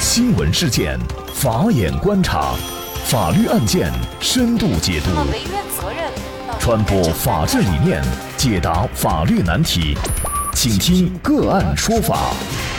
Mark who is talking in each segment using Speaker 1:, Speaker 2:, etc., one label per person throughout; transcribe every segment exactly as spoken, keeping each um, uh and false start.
Speaker 1: 新闻事件，法眼观察，法律案件深度解读，传播法治理念，解答法律难题，请听个案说法。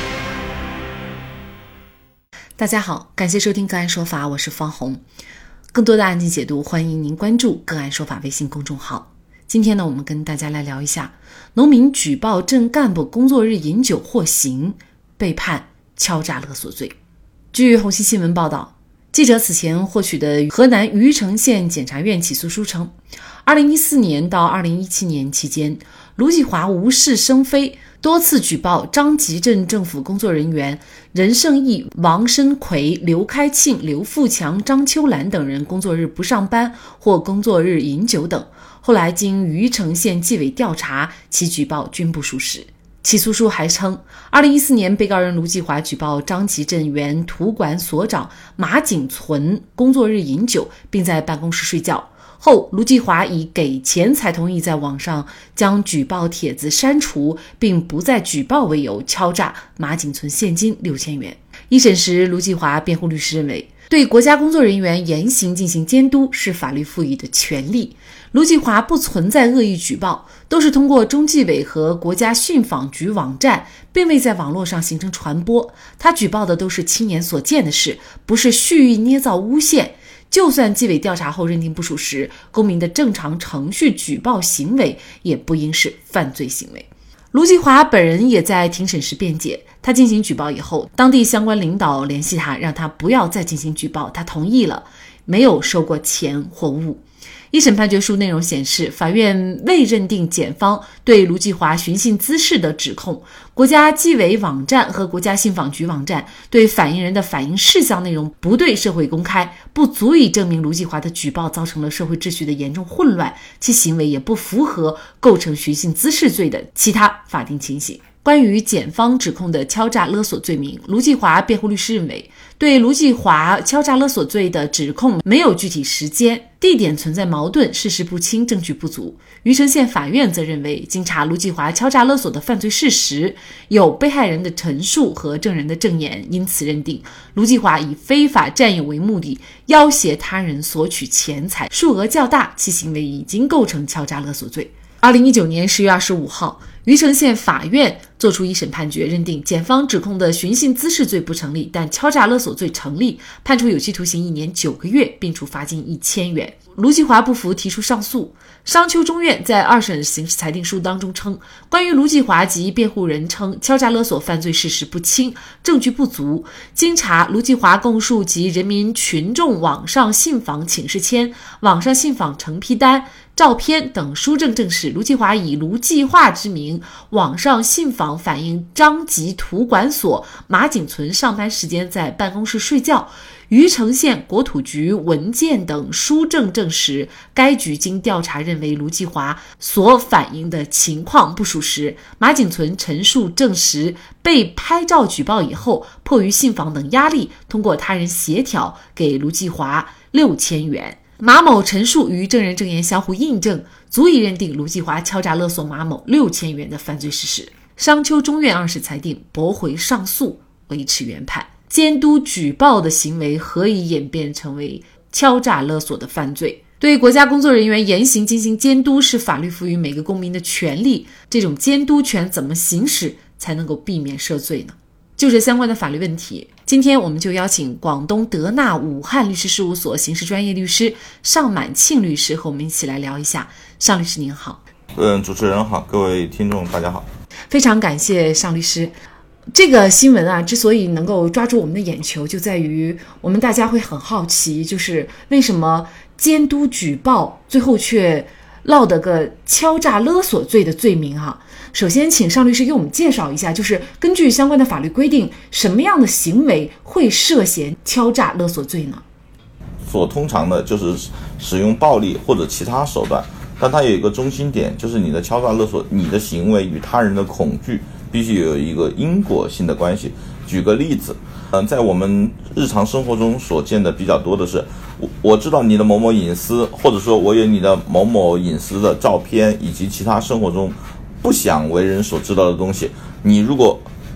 Speaker 2: 大家好，感谢收听个案说法，我是方红。更多的案件解读，欢迎您关注个案说法微信公众号。今天呢，我们跟大家来聊一下农民举报镇干部工作日饮酒获刑，被判敲诈勒索罪。据红星新闻报道，记者此前获取的河南虞城县检察院起诉书称，二零一四年到二零一七年期间，卢继华无事生非，多次举报张集镇政府工作人员任胜义、王申奎、刘开庆、刘富强、张秋兰等人工作日不上班或工作日饮酒等。后来经虞城县纪委调查，其举报均不属实。起诉书还称，二零一四年被告人卢继华举报张集镇原土管所长马景存工作日饮酒，并在办公室睡觉。后卢继华以给钱才同意在网上将举报帖子删除，并不再举报为由，敲诈马景存现金六千元。一审时，卢继华辩护律师认为，对国家工作人员言行进行监督是法律赋予的权利，卢继华不存在恶意举报，都是通过中纪委和国家信访局网站，并未在网络上形成传播。他举报的都是亲眼所见的事，不是蓄意捏造诬陷。就算纪委调查后认定不属实，公民的正常程序举报行为也不应是犯罪行为。卢继华本人也在庭审时辩解，他进行举报以后，当地相关领导联系他，让他不要再进行举报，他同意了，没有收过钱或物。一审判决书内容显示，法院未认定检方对卢继华寻衅滋事的指控，国家纪委网站和国家信访局网站对反映人的反映事项内容不对社会公开，不足以证明卢继华的举报造成了社会秩序的严重混乱，其行为也不符合构成寻衅滋事罪的其他法定情形。关于检方指控的敲诈勒索罪名，卢继华辩护律师认为，对卢继华敲诈勒索罪的指控没有具体时间、地点存在矛盾，事实不清，证据不足。虞城县法院则认为，经查卢继华敲诈勒索的犯罪事实，有被害人的陈述和证人的证言，因此认定卢继华以非法占有为目的，要挟他人索取钱财，数额较大，其行为已经构成敲诈勒索罪。二零一九年十月二十五号，虞城县法院作出一审判决，认定检方指控的寻衅滋事罪不成立，但敲诈勒索罪成立，判处有期徒刑一年九个月，并处罚金一千元。卢继华不服，提出上诉。商丘中院在二审刑事裁定书当中称，关于卢继华及辩护人称敲诈勒索犯罪事实不清，证据不足。经查，卢继华供述及人民群众网上信访请示签、网上信访成批单、照片等书证证实，卢继华以卢继化之名网上信访反映张集土管所马景存上班时间在办公室睡觉。虞城县国土局文件等书证证实，该局经调查认为卢继华所反映的情况不属实。马景存陈述证实，被拍照举报以后，迫于信访等压力，通过他人协调给卢继华六千元。马某陈述与证人证言相互印证，足以认定卢继华敲诈勒索马某六千元的犯罪事实。商丘中院二审裁定驳回上诉，维持原判。监督举报的行为何以演变成为敲诈勒索的犯罪？对国家工作人员言行进行监督是法律赋予每个公民的权利，这种监督权怎么行使才能够避免涉罪呢？就这相关的法律问题，今天我们就邀请广东德纳武汉律师事务所刑事专业律师尚满庆律师和我们一起来聊一下。尚律师您好。
Speaker 3: 嗯，主持人好，各位听众大家好。
Speaker 2: 非常感谢尚律师。这个新闻啊，之所以能够抓住我们的眼球，就在于我们大家会很好奇，就是为什么监督举报最后却落得个敲诈勒索罪的罪名啊？首先请尚律师给我们介绍一下，就是根据相关的法律规定，什么样的行为会涉嫌敲诈勒索罪呢？
Speaker 3: 所通常的就是使用暴力或者其他手段，但它有一个中心点，就是你的敲诈勒索，你的行为与他人的恐惧必须有一个因果性的关系。举个例子，嗯，在我们日常生活中所见的比较多的是，我我知道你的某某隐私，或者说我有你的某某隐私的照片，以及其他生活中不想为人所知道的东西。你如果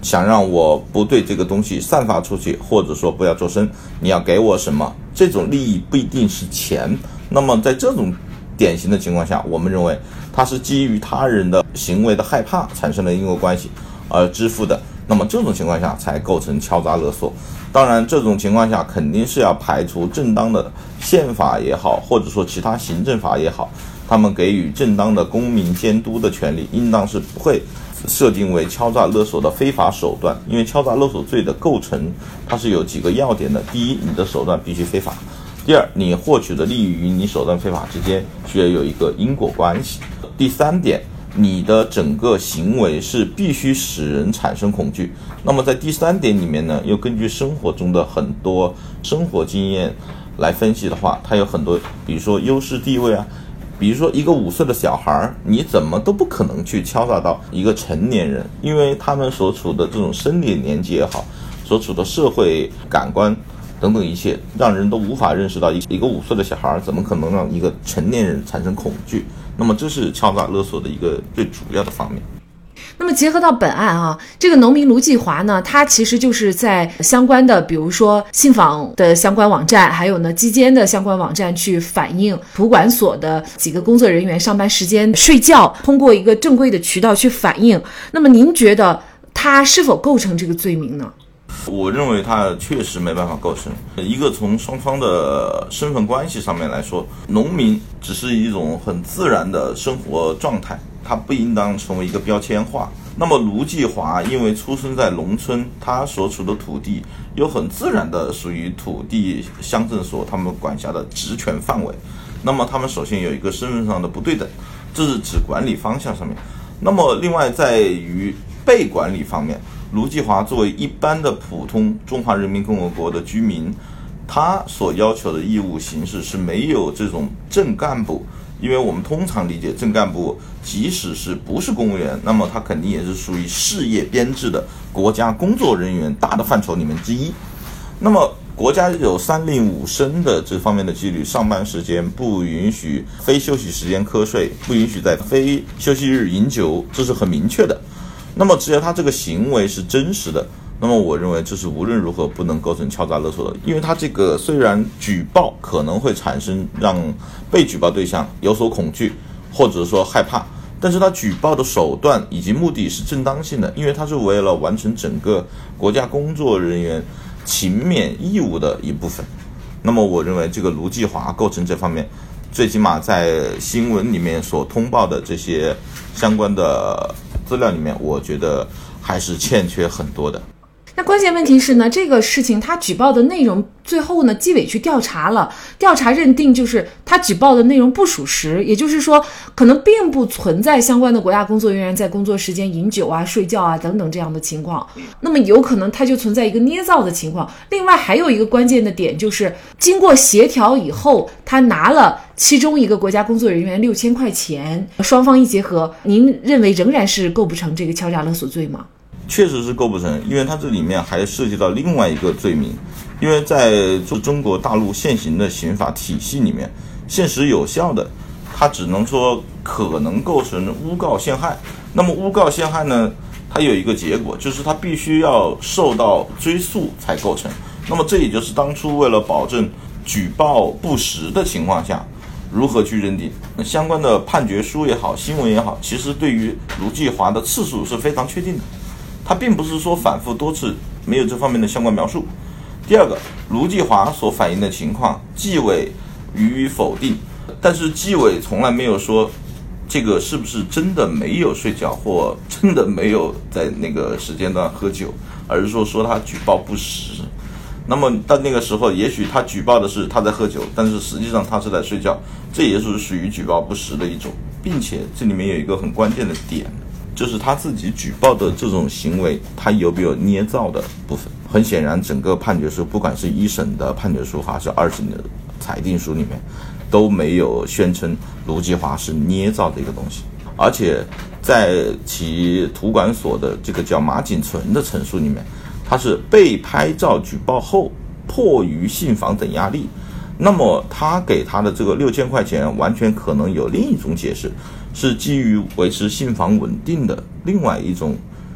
Speaker 3: 想让我不对这个东西散发出去，或者说不要做声，你要给我什么？这种利益不一定是钱。那么在这种典型的情况下，我们认为它是基于他人的行为的害怕产生了因果关系而支付的，那么这种情况下才构成敲诈勒索。当然这种情况下肯定是要排除正当的宪法也好，或者说其他行政法也好，他们给予正当的公民监督的权利，应当是不会设定为敲诈勒索的非法手段。因为敲诈勒索罪的构成它是有几个要点的：第一，你的手段必须非法；第二，你获取的利益与你手段非法之间需要有一个因果关系；第三点，你的整个行为是必须使人产生恐惧。那么在第三点里面呢，又根据生活中的很多生活经验来分析的话，它有很多，比如说优势地位啊，比如说一个五岁的小孩，你怎么都不可能去敲诈到一个成年人，因为他们所处的这种生理年纪也好，所处的社会感官等等一切，让人都无法认识到一个五岁的小孩怎么可能让一个成年人产生恐惧。那么这是敲诈勒索的一个最主要的方面。
Speaker 2: 那么结合到本案啊，这个农民卢继华呢，他其实就是在相关的，比如说信访的相关网站，还有呢基监的相关网站去反映土管所的几个工作人员上班时间睡觉，通过一个正规的渠道去反映。那么您觉得他是否构成这个罪名呢？
Speaker 3: 我认为他确实没办法构成。一个从双方的身份关系上面来说，农民只是一种很自然的生活状态，它不应当成为一个标签化。那么卢继华因为出生在农村，他所处的土地又很自然的属于土地乡镇所他们管辖的职权范围，那么他们首先有一个身份上的不对等，这是指管理方向上面。那么另外在于被管理方面，卢继华作为一般的普通中华人民共和国的居民，他所要求的义务形式是没有这种正干部。因为我们通常理解正干部即使是不是公务员，那么他肯定也是属于事业编制的国家工作人员大的范畴里面之一。那么国家有三令五申的这方面的纪律，上班时间不允许非休息时间瞌睡，不允许在非休息日饮酒，这是很明确的。那么只要他这个行为是真实的，那么我认为这是无论如何不能构成敲诈勒索的。因为他这个虽然举报可能会产生让被举报对象有所恐惧或者说害怕，但是他举报的手段以及目的是正当性的，因为他是为了完成整个国家工作人员勤勉义务的一部分。那么我认为这个卢继华构成这方面，最起码在新闻里面所通报的这些相关的资料里面，我觉得还是欠缺很多的。
Speaker 2: 那关键问题是呢，这个事情他举报的内容最后呢纪委去调查了，调查认定就是他举报的内容不属实，也就是说可能并不存在相关的国家工作人员在工作时间饮酒啊、睡觉啊等等这样的情况，那么有可能他就存在一个捏造的情况。另外还有一个关键的点就是经过协调以后，他拿了其中一个国家工作人员六千块钱，双方一结合，您认为仍然是构不成这个敲诈勒索罪吗？
Speaker 3: 确实是构不成，因为它这里面还涉及到另外一个罪名。因为在中国大陆现行的刑法体系里面，现实有效的它只能说可能构成诬告陷害。那么诬告陷害呢，它有一个结果，就是它必须要受到追诉才构成。那么这也就是当初为了保证举报不实的情况下如何去认定。那相关的判决书也好，新闻也好，其实对于卢继华的次数是非常确定的，他并不是说反复多次没有这方面的相关描述。第二个，卢继华所反映的情况纪委予以否定，但是纪委从来没有说这个是不是真的没有睡觉或真的没有在那个时间段喝酒，而是说说他举报不实。那么到那个时候也许他举报的是他在喝酒，但是实际上他是在睡觉，这也是属于举报不实的一种。并且这里面有一个很关键的点，就是他自己举报的这种行为他有没有捏造的部分。很显然整个判决书，不管是一审的判决书还是二审的裁定书里面，都没有宣称卢继华是捏造的一个东西。而且在其土管所的这个叫马景存的陈述里面，他是被拍照举报后迫于信访等压力，那么他给他的这个六千块钱完全可能有另一种解释，是基于维持信访稳定的另外一种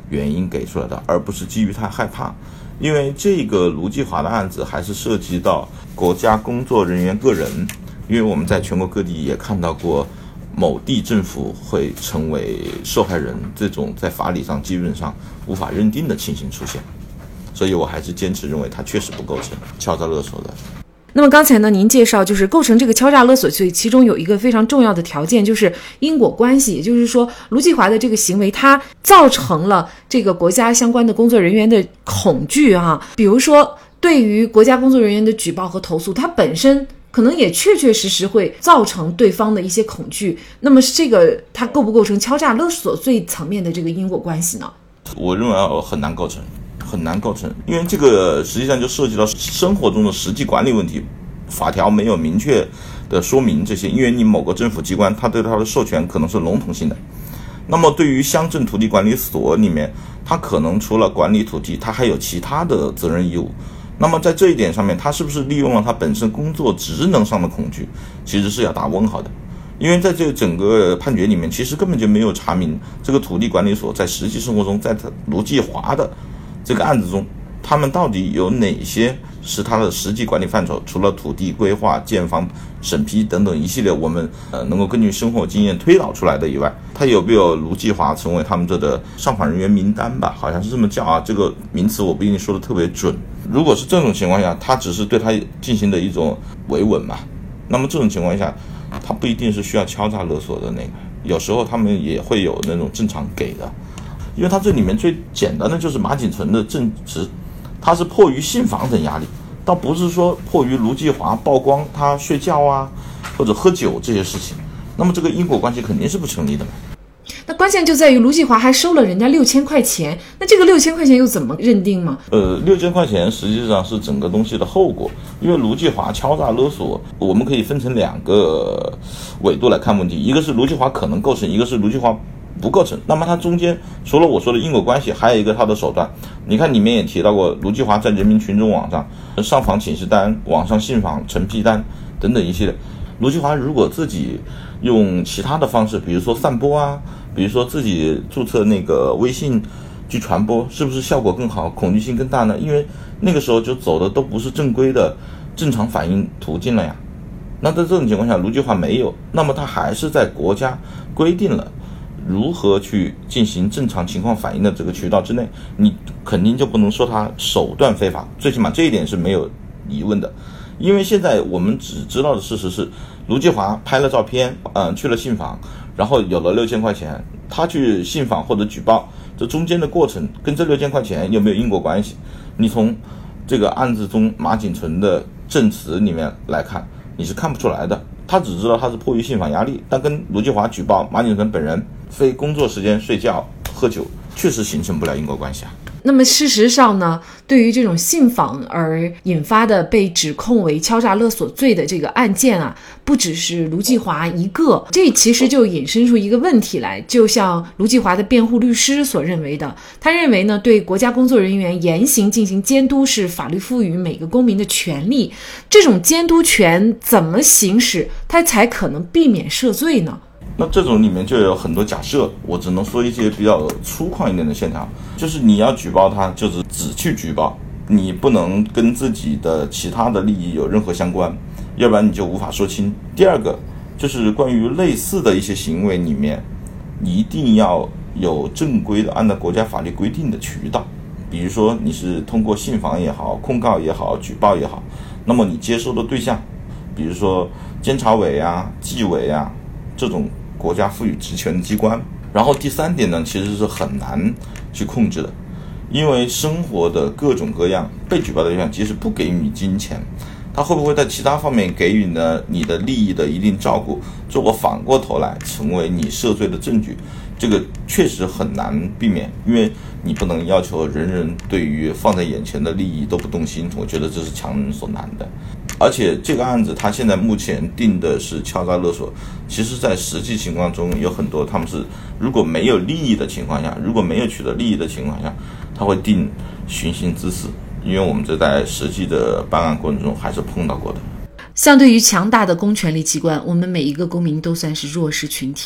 Speaker 3: 原因给出来的，而不是基于他害怕。因为这个卢继华的案子还是涉及到国家工作人员个人，因为我们在全国各地也看到过某地政府会成为受害人，这种在法理上基本上无法认定的情形出现，所以我还是坚持认为它确实不构成敲诈勒索的。
Speaker 2: 那么刚才呢，您介绍就是构成这个敲诈勒索罪，其中有一个非常重要的条件，就是因果关系，也就是说卢继华的这个行为，它造成了这个国家相关的工作人员的恐惧啊。比如说对于国家工作人员的举报和投诉，它本身可能也确确实实会造成对方的一些恐惧，那么这个它构不构成敲诈勒索罪层面的这个因果关系呢？
Speaker 3: 我认为很难构成。很难构成，因为这个实际上就涉及到生活中的实际管理问题，法条没有明确的说明这些，因为你某个政府机关它对它的授权可能是笼统性的，那么对于乡镇土地管理所里面，它可能除了管理土地，它还有其他的责任义务，那么在这一点上面，它是不是利用了它本身工作职能上的恐惧，其实是要打问号的。因为在这整个判决里面，其实根本就没有查明这个土地管理所在实际生活中，在卢继华的这个案子中，他们到底有哪些是他的实际管理范畴？除了土地规划、建房审批等等一系列我们呃能够根据生活经验推导出来的以外，他有没有卢继华成为他们这的上访人员名单吧？好像是这么叫啊，这个名词我不一定说的特别准。如果是这种情况下，他只是对他进行的一种维稳嘛，那么这种情况下，他不一定是需要敲诈勒索的那个，有时候他们也会有那种正常给的。因为他这里面最简单的就是马景存的正直，他是迫于信访等压力，倒不是说迫于卢继华曝光他睡觉啊或者喝酒这些事情，那么这个因果关系肯定是不成立的嘛。
Speaker 2: 那关键就在于卢继华还收了人家六千块钱，那这个六千块钱又怎么认定吗？
Speaker 3: 呃，六千块钱实际上是整个东西的后果，因为卢继华敲诈勒索，我们可以分成两个维度来看问题，一个是卢继华可能构成，一个是卢继华不构成。那么它中间除了我说的因果关系，还有一个它的手段。你看里面也提到过，卢继华在人民群众网上上访请示单、网上信访承批单等等一系列。卢继华如果自己用其他的方式，比如说散播啊，比如说自己注册那个微信去传播，是不是效果更好，恐惧性更大呢？因为那个时候就走的都不是正规的正常反应途径了呀。那在这种情况下，卢继华没有，那么他还是在国家规定了如何去进行正常情况反应的这个渠道之内，你肯定就不能说他手段非法，最起码这一点是没有疑问的。因为现在我们只知道的事实是，卢继华拍了照片，嗯，去了信访，然后有了六千块钱，他去信访或者举报，这中间的过程跟这六千块钱有没有因果关系？你从这个案子中马景存的证词里面来看，你是看不出来的。他只知道他是迫于信访压力，但跟卢继华举报马景存本人非工作时间睡觉喝酒，确实形成不了因果关系啊。
Speaker 2: 那么事实上呢，对于这种信访而引发的被指控为敲诈勒索罪的这个案件啊，不只是卢继华一个，这其实就引申出一个问题来，就像卢继华的辩护律师所认为的，他认为呢，对国家工作人员言行进行监督是法律赋予每个公民的权利，这种监督权怎么行使，他才可能避免涉罪呢？
Speaker 3: 那这种里面就有很多假设，我只能说一些比较粗犷一点的线条，就是你要举报他，就是只去举报，你不能跟自己的其他的利益有任何相关，要不然你就无法说清。第二个就是关于类似的一些行为里面，一定要有正规的按照国家法律规定的渠道，比如说你是通过信访也好、控告也好、举报也好，那么你接收的对象，比如说监察委啊、纪委啊这种国家赋予职权的机关。然后第三点呢，其实是很难去控制的，因为生活的各种各样被举报的对象即使不给予你金钱，他会不会在其他方面给予呢你的利益的一定照顾，结果反过头来成为你涉罪的证据，这个确实很难避免，因为你不能要求人人对于放在眼前的利益都不动心，我觉得这是强人所难的。而且这个案子他现在目前定的是敲诈勒索，其实在实际情况中有很多他们是如果没有利益的情况下，如果没有取得利益的情况下，他会定寻衅滋事，因为我们这在实际的办案过程中还是碰到过的。
Speaker 2: 相对于强大的公权力机关，我们每一个公民都算是弱势群体。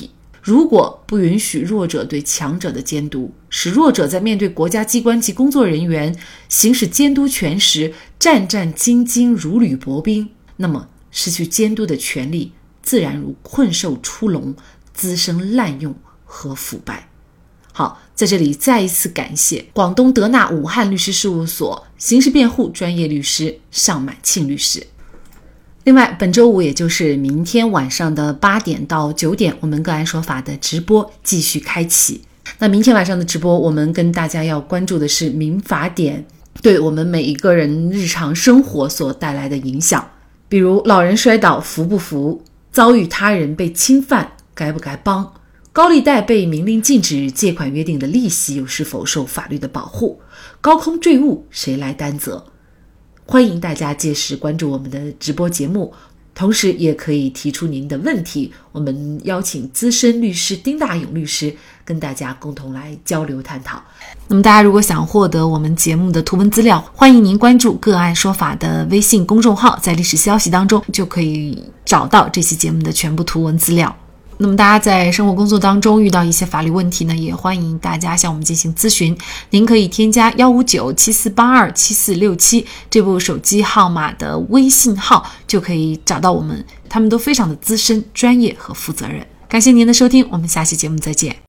Speaker 2: 如果不允许弱者对强者的监督，使弱者在面对国家机关及工作人员行使监督权时战战兢兢如履薄冰，那么失去监督的权利自然如困兽出笼，滋生滥用和腐败。好，在这里再一次感谢广东德纳武汉律师事务所刑事辩护专业律师尚满庆律师。另外，本周五也就是明天晚上的八点到九点，我们个案说法的直播继续开启。那明天晚上的直播，我们跟大家要关注的是民法典对我们每一个人日常生活所带来的影响，比如老人摔倒扶不扶，遭遇他人被侵犯该不该帮，高利贷被明令禁止借款约定的利息又是否受法律的保护，高空坠物谁来担责。欢迎大家届时关注我们的直播节目，同时也可以提出您的问题，我们邀请资深律师丁大勇律师跟大家共同来交流探讨。那么大家如果想获得我们节目的图文资料，欢迎您关注个案说法的微信公众号，在历史消息当中就可以找到这期节目的全部图文资料。那么大家在生活工作当中遇到一些法律问题呢，也欢迎大家向我们进行咨询。您可以添加一五九七四八二七四六七这部手机号码的微信号，就可以找到我们，他们都非常的资深、专业和负责任。感谢您的收听，我们下期节目再见。